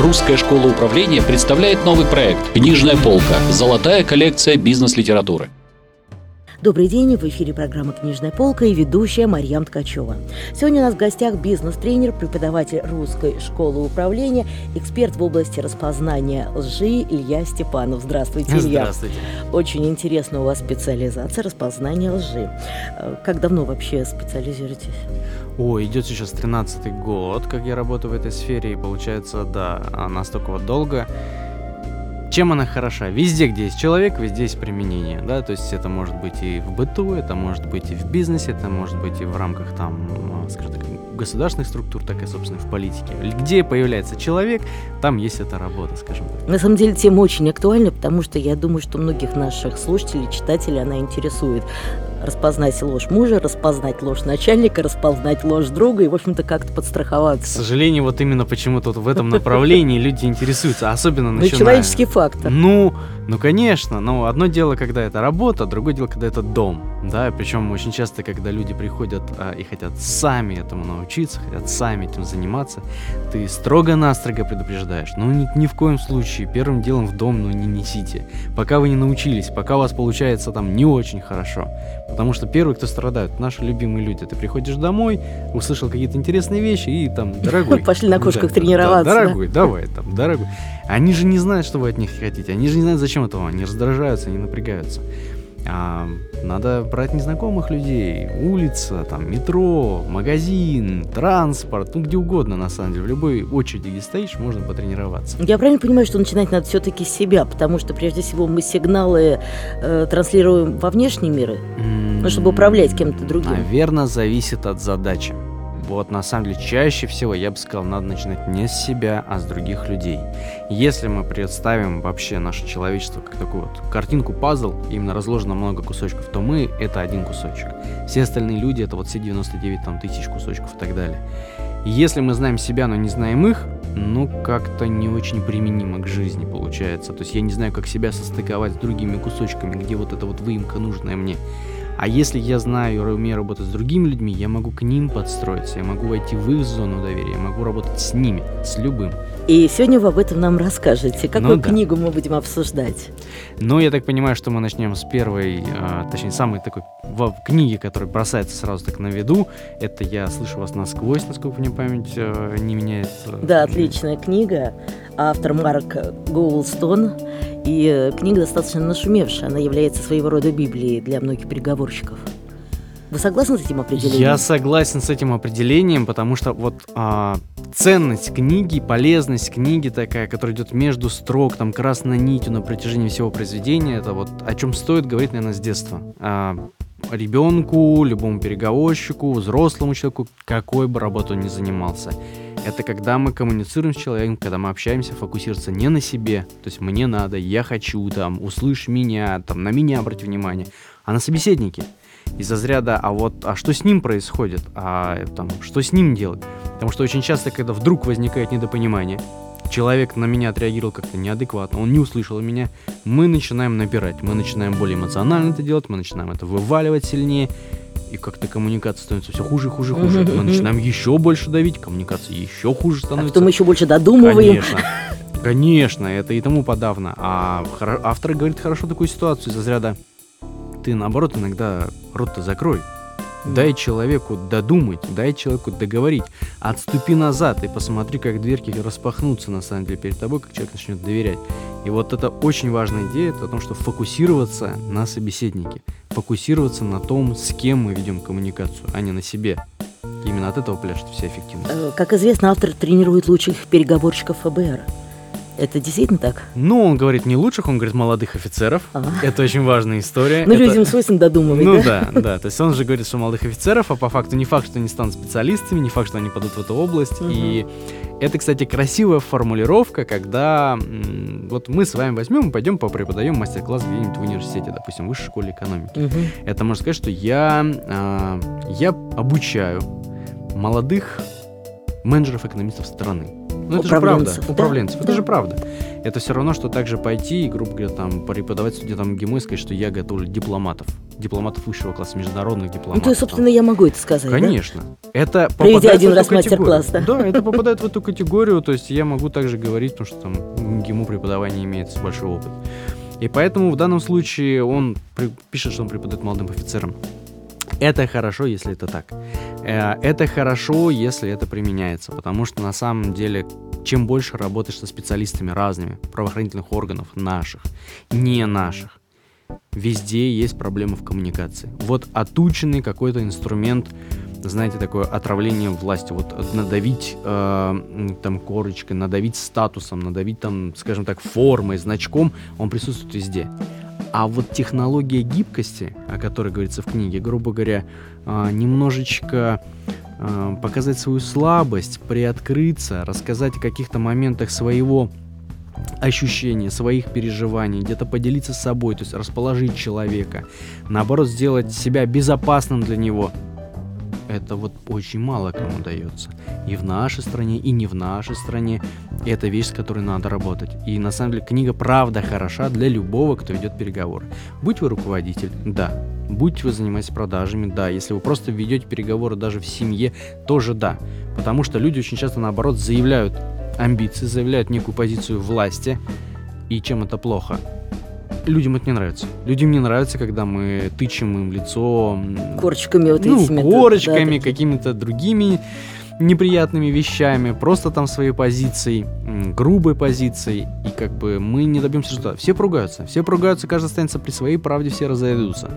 Русская школа управления представляет новый проект «Книжная полка. Золотая коллекция бизнес-литературы». Добрый день, в эфире программа «Книжная полка» и ведущая Марьям Ткачева. Сегодня у нас в гостях бизнес-тренер, преподаватель Русской школы управления, эксперт в области распознания лжи Илья Степанов. Здравствуйте, Илья. Здравствуйте. Очень интересна у вас специализация распознания лжи. Как давно вообще специализируетесь? Идет сейчас 13-й год, как я работаю в этой сфере, и получается, настолько вот долго. Чем она хороша? Везде, где есть человек, везде есть применение, да, то есть это может быть и в быту, это может быть и в бизнесе, это может быть и в рамках скажем так, государственных структур, так и, собственно, в политике. Где появляется человек, там есть эта работа, скажем так. На самом деле тема очень актуальна, потому что я думаю, что многих наших слушателей, читателей она интересует. Распознать ложь мужа, распознать ложь начальника, распознать ложь друга и, в общем-то, как-то подстраховаться. К сожалению, вот именно почему-то в этом направлении люди интересуются, особенно начиная... человеческий фактор. Ну, конечно, но одно дело, когда это работа, другое дело, когда это дом, да, причем очень часто, когда люди приходят и хотят сами этому научиться, хотят сами этим заниматься, ты строго-настрого предупреждаешь, ни в коем случае первым делом в дом, не несите, пока вы не научились, пока у вас получается там не очень хорошо, потому что первые, кто страдают, наши любимые люди, ты приходишь домой, услышал какие-то интересные вещи и там, дорогой... Пошли на кошках тренироваться, дорогой, давай, дорогой. Они же не знают, что вы от них хотите, они же не знают, зачем этого, они раздражаются, они напрягаются. Надо брать незнакомых людей, улица, метро, магазин, транспорт, где угодно, на самом деле. В любой очереди, где стоишь, можно потренироваться. Я правильно понимаю, что начинать надо все-таки с себя, потому что, прежде всего, мы сигналы транслируем во внешний мир, чтобы управлять кем-то другим? Наверное, зависит от задачи. Вот, на самом деле, чаще всего, я бы сказал, надо начинать не с себя, а с других людей. Если мы представим вообще наше человечество как такую вот картинку, пазл, именно разложено много кусочков, то мы — это один кусочек. Все остальные люди — это вот все 99 тысяч кусочков и так далее. И если мы знаем себя, но не знаем их, как-то не очень применимо к жизни получается. То есть я не знаю, как себя состыковать с другими кусочками, где вот эта вот выемка нужная мне. А если я знаю и умею работать с другими людьми, я могу к ним подстроиться, я могу войти в их зону доверия, я могу работать с ними, с любым. И сегодня вы об этом нам расскажете. Какую книгу мы будем обсуждать? Я так понимаю, что мы начнем с первой, точнее, самой такой книги, которая бросается сразу так на виду. Это «Я слышу вас насквозь», насколько мне память не меняется. Да, отличная книга. Автор Марк Гоулстон. И книга достаточно нашумевшая. Она является своего рода Библией для многих переговорщиков. Вы согласны с этим определением? Я согласен с этим определением, потому что ценность книги, полезность книги такая, которая идет между строк, красной нитью на протяжении всего произведения, это вот о чем стоит говорить, наверное, с детства. Ребенку, любому переговорщику, взрослому человеку, какой бы работой он ни занимался. Это когда мы коммуницируем с человеком, когда мы общаемся, фокусироваться не на себе, то есть мне надо, я хочу, услышь меня, на меня обрати внимание, а на собеседнике. Из разряда, а что с ним происходит, что с ним делать. Потому что очень часто, когда вдруг возникает недопонимание, человек на меня отреагировал как-то неадекватно, он не услышал меня, мы начинаем набирать, мы начинаем более эмоционально это делать, мы начинаем это вываливать сильнее, и как-то коммуникация становится все хуже и хуже. Мы начинаем еще больше давить, коммуникация еще хуже становится. А потом мы еще больше додумываем. Конечно, это и тому подавно. А автор говорит хорошо такую ситуацию из разряда: ты, наоборот, иногда рот-то закрой. Дай человеку додумать, дай человеку договорить. Отступи назад и посмотри, как дверки распахнутся, на самом деле, перед тобой, как человек начнет доверять. И вот это очень важная идея, это о том, что фокусироваться на собеседнике, фокусироваться на том, с кем мы ведем коммуникацию, а не на себе. Именно от этого пляшет вся эффективность. Как известно, автор тренирует лучших переговорщиков ФБР. Это действительно так? Он говорит не лучших, он говорит молодых офицеров. Это очень важная история. Людям свойственно додумывать, да. То есть он же говорит, что молодых офицеров, а по факту не факт, что они станут специалистами, не факт, что они пойдут в эту область. И это, кстати, красивая формулировка, когда мы с вами возьмем и пойдем попреподаем мастер-класс где-нибудь в университете, допустим, в высшей школе экономики. Это можно сказать, что я обучаю молодых менеджеров-экономистов страны. Ну, это же правда. управленцев. Да? Управленцев. Это Да. же правда. Это все равно, что также пойти и, грубо говоря, там, преподавать студентам МГИМО и сказать, что я готовлю дипломатов. Дипломатов высшего класса, международных дипломатов. Ну, то есть, собственно, я могу это сказать, да? Конечно. Это Проведя попадает один в эту раз мастер-класс, категорию. Да, это попадает в эту категорию, то есть я могу также говорить, потому что там в МГИМО преподавание имеет большой опыт. И поэтому в данном случае он пишет, что он преподает молодым офицерам. Это хорошо, если это так. Это хорошо, если это применяется, потому что на самом деле, чем больше работаешь со специалистами разными, правоохранительных органов, наших, не наших, везде есть проблемы в коммуникации. Вот отученный какой-то инструмент, знаете, такое отравление властью, вот надавить там корочкой, надавить статусом, надавить там, скажем так, формой, значком, он присутствует везде. А вот технология гибкости, о которой говорится в книге, грубо говоря, немножечко показать свою слабость, приоткрыться, рассказать о каких-то моментах своего ощущения, своих переживаний, где-то поделиться с собой, то есть расположить человека, наоборот, сделать себя безопасным для него. Это вот очень мало кому дается. И в нашей стране, и не в нашей стране. Это вещь, с которой надо работать. И на самом деле книга правда хороша для любого, кто ведет переговоры. Будь вы руководитель, да. Будь вы занимаетесь продажами, да. Если вы просто ведете переговоры даже в семье, тоже да. Потому что люди очень часто, наоборот, заявляют амбиции, заявляют некую позицию власти. И чем это плохо? Людям это не нравится. Людям не нравится, когда мы тычем им лицо Корочками вот этими. корочками, Да, какими-то другими неприятными вещами, просто там своей позицией, грубой позицией, и как бы мы не добьемся результата. Все поругаются, каждый останется при своей правде, все разойдутся.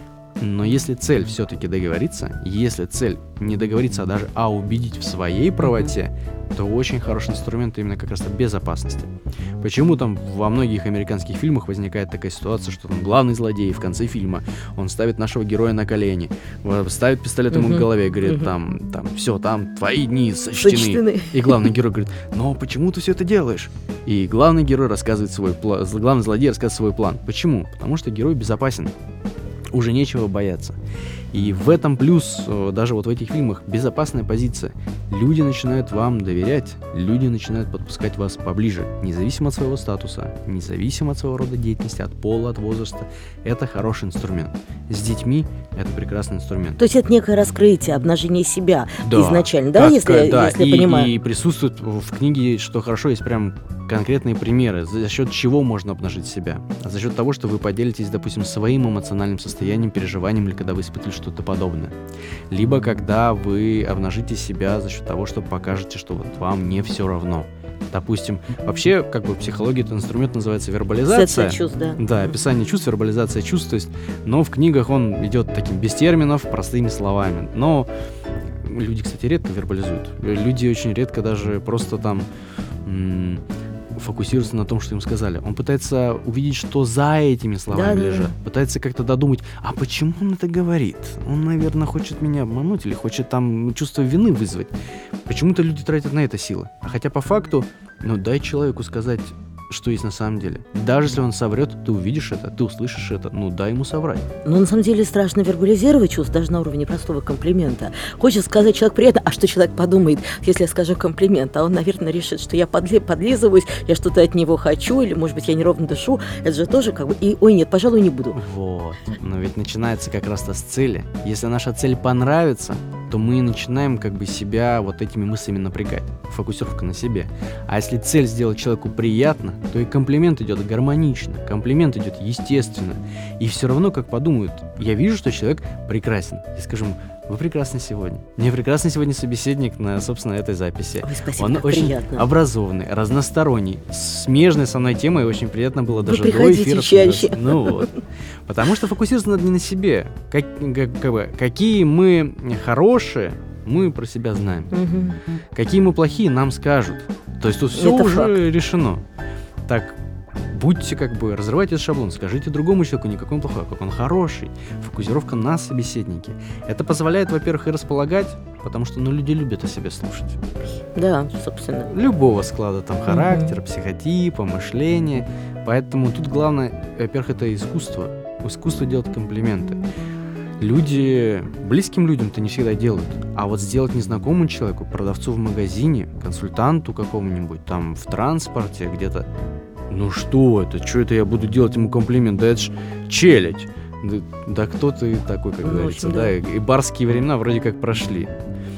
Но если цель все-таки договориться, если цель не договориться, а убедить в своей правоте, то очень хороший инструмент именно как раз безопасности. Почему там во многих американских фильмах возникает такая ситуация, что там главный злодей в конце фильма, он ставит нашего героя на колени, ставит пистолет ему к голове и говорит, там, все, там твои дни сочтены. И главный герой говорит, но почему ты все это делаешь? И главный герой рассказывает свой план, главный злодей рассказывает свой план. Почему? Потому что герой безопасен. Уже нечего бояться. И в этом плюс, даже вот в этих фильмах, безопасная позиция. Люди начинают вам доверять, люди начинают подпускать вас поближе, независимо от своего статуса, независимо от своего рода деятельности, от пола, от возраста. Это хороший инструмент. С детьми это прекрасный инструмент. То есть это некое раскрытие, обнажение себя изначально, да, если я понимаю? И присутствует в книге, что хорошо, есть прям конкретные примеры, за счет чего можно обнажить себя. За счет того, что вы поделитесь, допустим, своим эмоциональным состоянием, переживанием, или когда вы испытали что-то подобное. Либо когда вы обнажите себя за счет того, что покажете, что вот вам не все равно. Допустим, вообще, как бы психология, это инструмент называется вербализация. Чувств, да. Да, описание чувств, вербализация чувств, то есть, но в книгах он идет таким без терминов, простыми словами. Но люди, кстати, редко вербализуют. Люди очень редко даже просто там фокусируется на том, что им сказали. Он пытается увидеть, что за этими словами лежат. Пытается как-то додумать, а почему он это говорит? Он, наверное, хочет меня обмануть или хочет там чувство вины вызвать. Почему-то люди тратят на это силы. А хотя по факту, дай человеку сказать, что есть на самом деле. Даже если он соврет, ты увидишь это, ты услышишь это, дай ему соврать. Но на самом деле страшно вербализировать чувства даже на уровне простого комплимента. Хочется сказать человеку приятно, а что человек подумает, если я скажу комплимент? А он, наверное, решит, что я подлизываюсь, я что-то от него хочу, или, может быть, я неровно дышу. Это же тоже как бы, ой, нет, пожалуй, не буду. Вот. Но ведь начинается как раз-то с цели. Если наша цель понравится, то мы начинаем как бы себя вот этими мыслями напрягать. Фокусировка на себе. А если цель сделать человеку приятно, то и комплимент идет гармонично, комплимент идет естественно. И все равно, как подумают, я вижу, что человек прекрасен. Я скажу ему, вы прекрасны сегодня. Мне прекрасный сегодня собеседник на, собственно, этой записи. Ой, спасибо, он очень приятно. Образованный, разносторонний, смежный со мной темой, и очень приятно было даже вы до эфира. Чаще. Ну вот. Потому что фокусироваться надо не на себе. Какие мы хорошие, мы про себя знаем. Какие мы плохие, нам скажут. То есть тут все Это уже факт. решено. Так, будьте разрывайте этот шаблон, скажите другому человеку, никакой он плохой, как он хороший. Фокусировка на собеседнике. Это позволяет, во-первых, и располагать, потому что люди любят о себе слушать. Да, собственно. Любого склада там характера, психотипа, мышления. Поэтому тут главное, во-первых, это искусство. Искусство делать комплименты. люди близким людям-то не всегда делают. А вот сделать незнакомому человеку, продавцу в магазине, консультанту какому-нибудь, там в транспорте где-то, ну что это? Что это я буду делать ему комплимент? Да это ж челядь. Да кто ты такой, как говорится, общем, да. И барские времена вроде как прошли.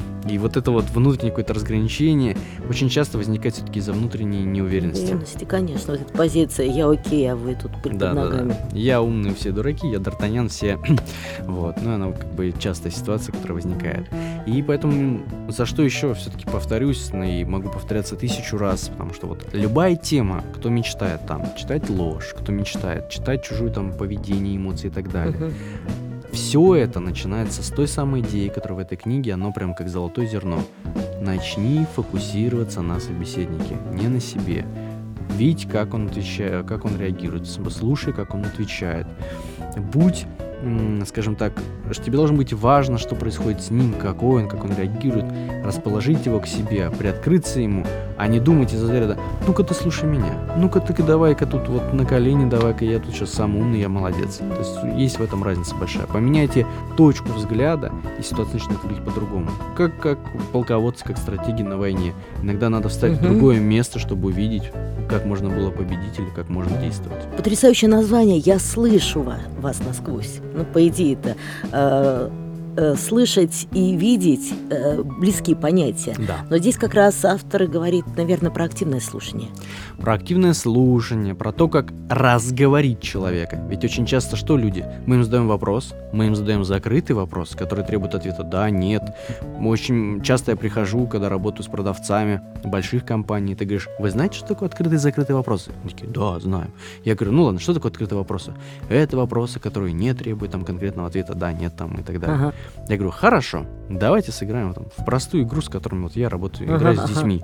И вот это вот внутреннее какое-то разграничение очень часто возникает все-таки из-за внутренней неуверенности. Уверенности, конечно. Вот эта позиция «я окей, а вы тут под ногами». Я умный, все дураки, я Д'Артаньян, все... Вот. Ну, она как бы частая ситуация, которая возникает. И поэтому за что еще все-таки повторюсь, и могу повторяться 1000 раз, потому что вот любая тема, кто мечтает там читать ложь, кто мечтает читать чужую там поведение, эмоции и так далее, все это начинается с той самой идеи, которая в этой книге, оно прям как золотое зерно. Начни фокусироваться на собеседнике, не на себе. Видь, как он отвечает, как он реагирует, слушай, как он отвечает. Будь, скажем так, тебе должно быть важно, что происходит с ним, какой он, как он реагирует. Расположить его к себе, приоткрыться ему, а не думать из-за ряда: ну-ка ты слушай меня, ну-ка ты давай-ка тут вот на колени, давай-ка я тут сейчас самый умный, я молодец. То есть есть в этом разница большая. Поменяйте точку взгляда, и ситуация начнет выглядеть по-другому. Как полководцы, как стратеги на войне. Иногда надо встать в другое место, чтобы увидеть, как можно было победить или как можно действовать. Потрясающее название «Я слышу вас насквозь». Ну, по идее-то, слышать и видеть близкие понятия. Да. Но здесь как раз автор говорит, наверное, про активное слушание. Про активное слушание, про то, как разговорить человека. Ведь очень часто что люди? Мы им задаем вопрос, мы им задаем закрытый вопрос, который требует ответа «да», «нет». Очень часто я прихожу, когда работаю с продавцами больших компаний, ты говоришь: вы знаете, что такое открытый и закрытый вопросы? Они такие: да, знаем. Я говорю: ну ладно, что такое открытые вопросы? Это вопросы, которые не требуют там конкретного ответа «да», «нет» там и так далее. Ага. Я говорю: хорошо, давайте сыграем там в простую игру, с которой вот я работаю, играю с детьми.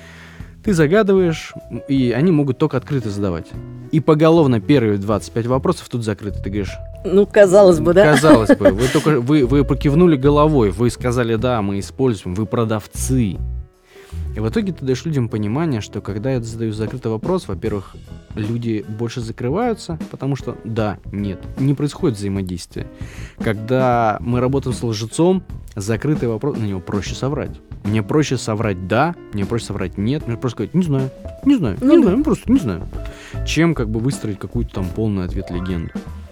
Ты загадываешь, и они могут только открыто задавать. И поголовно первые 25 вопросов тут закрыты. Ты говоришь: Ну, казалось бы, да? казалось бы, вы только вы покивнули головой, вы сказали: да, мы используем, вы продавцы. И в итоге ты даешь людям понимание, что когда я задаю закрытый вопрос, во-первых, люди больше закрываются, потому что да, нет, не происходит взаимодействия. Когда мы работаем с лжецом, закрытый вопрос, на него проще соврать. Мне проще соврать «да», мне проще соврать «нет», мне просто сказать не знаю, просто не знаю, чем как бы выстроить какую-то там полный ответ легенду.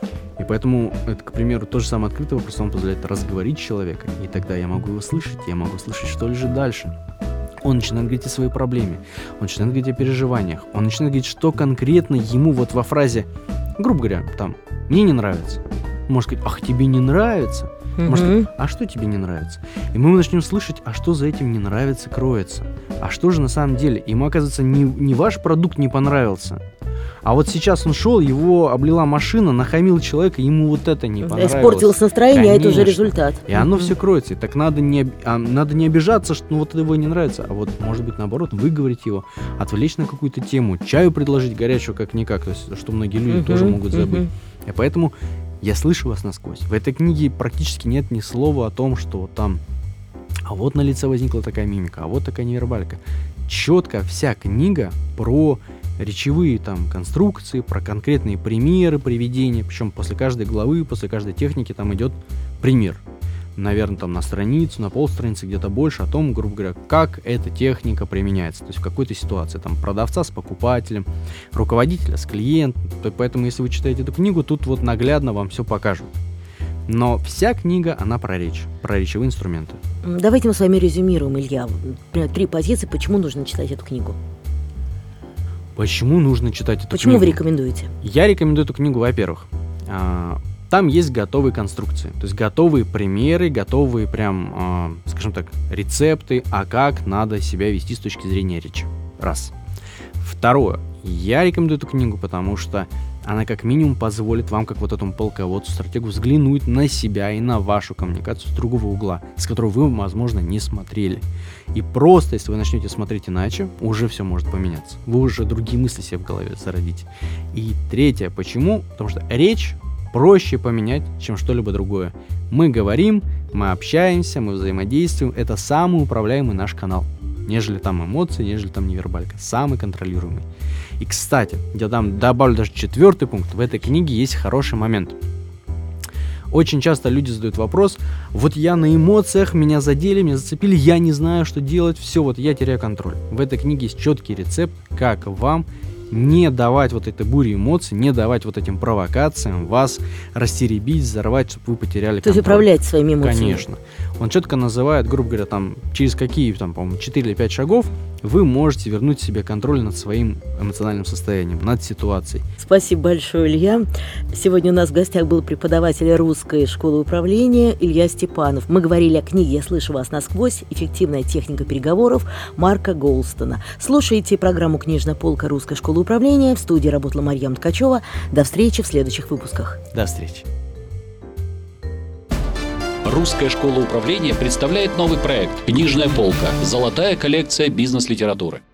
И поэтому это, к примеру, тот же самый открытый вопрос, он позволяет разговорить человека, и тогда я могу его слышать, я могу слышать, что лежит дальше. Он начинает говорить о своей проблеме, он начинает говорить о переживаниях, он начинает говорить, что конкретно ему вот во фразе, грубо говоря, там, «мне не нравится». Может сказать: ах, тебе не нравится? Может сказать: а что тебе не нравится? И мы начнем слышать, а что за этим не нравится кроется. А что же на самом деле? Ему, оказывается, не ваш продукт не понравился, а вот сейчас он шел, его облила машина, нахамил человека, ему вот это не понравилось. Испортилось настроение, Конечно. а это уже результат. И оно все кроется. И так надо не обижаться, что вот его не нравится, а вот, может быть, наоборот, выговорить его, отвлечь на какую-то тему, чаю предложить горячего как-никак, то есть, что многие люди тоже могут забыть. И поэтому я слышу вас насквозь. В этой книге практически нет ни слова о том, что там: а вот на лице возникла такая мимика, а вот такая невербалька. Четко вся книга про речевые там конструкции, про конкретные примеры приведения, причем после каждой главы, после каждой техники там идет пример. Наверное, там на страницу, на полстраницы, где-то больше, о том, грубо говоря, как эта техника применяется. То есть в какой-то ситуации, там, продавца с покупателем, руководителя с клиентом. Поэтому, если вы читаете эту книгу, тут вот наглядно вам все покажут. Но вся книга, она про речь, про речевые инструменты. Давайте мы с вами резюмируем, Илья. 3 позиции, почему нужно читать эту книгу. Почему нужно читать эту книгу? Почему вы рекомендуете? Я рекомендую эту книгу, во-первых, там есть готовые конструкции, то есть готовые примеры, готовые прям, скажем так, рецепты, а как надо себя вести с точки зрения речи. Раз. Второе. Я рекомендую эту книгу, потому что она как минимум позволит вам, как вот этому полководцу, стратегу, взглянуть на себя и на вашу коммуникацию с другого угла, с которого вы, возможно, не смотрели. И просто, если вы начнете смотреть иначе, уже все может поменяться. Вы уже другие мысли себе в голове зародите. И третье. Почему? Потому что речь проще поменять, чем что-либо другое. Мы говорим, мы общаемся, мы взаимодействуем. Это самый управляемый наш канал. Нежели там эмоции, нежели там невербалька. Самый контролируемый. И, кстати, я там добавлю даже 4-й пункт. В этой книге есть хороший момент. Очень часто люди задают вопрос: вот я на эмоциях, меня задели, меня зацепили, я не знаю, что делать, все, вот я теряю контроль. В этой книге есть четкий рецепт, как вам не давать вот этой буре эмоций, не давать вот этим провокациям вас растеребить, взорвать, чтобы вы потеряли контроль. То есть управлять своими эмоциями. Конечно. Он четко называет, грубо говоря, там, через какие, там, по-моему, 4 или 5 шагов вы можете вернуть себе контроль над своим эмоциональным состоянием, над ситуацией. Спасибо большое, Илья. Сегодня у нас в гостях был преподаватель русской школы управления Илья Степанов. Мы говорили о книге «Я слышу вас насквозь. Эффективная техника переговоров» Марка Голстона. Слушайте программу «Книжная полка» русской школы управления. В студии работала Марьям Ткачева. До встречи в следующих выпусках. До встречи. Русская школа управления представляет новый проект «Книжная полка. Золотая коллекция бизнес-литературы».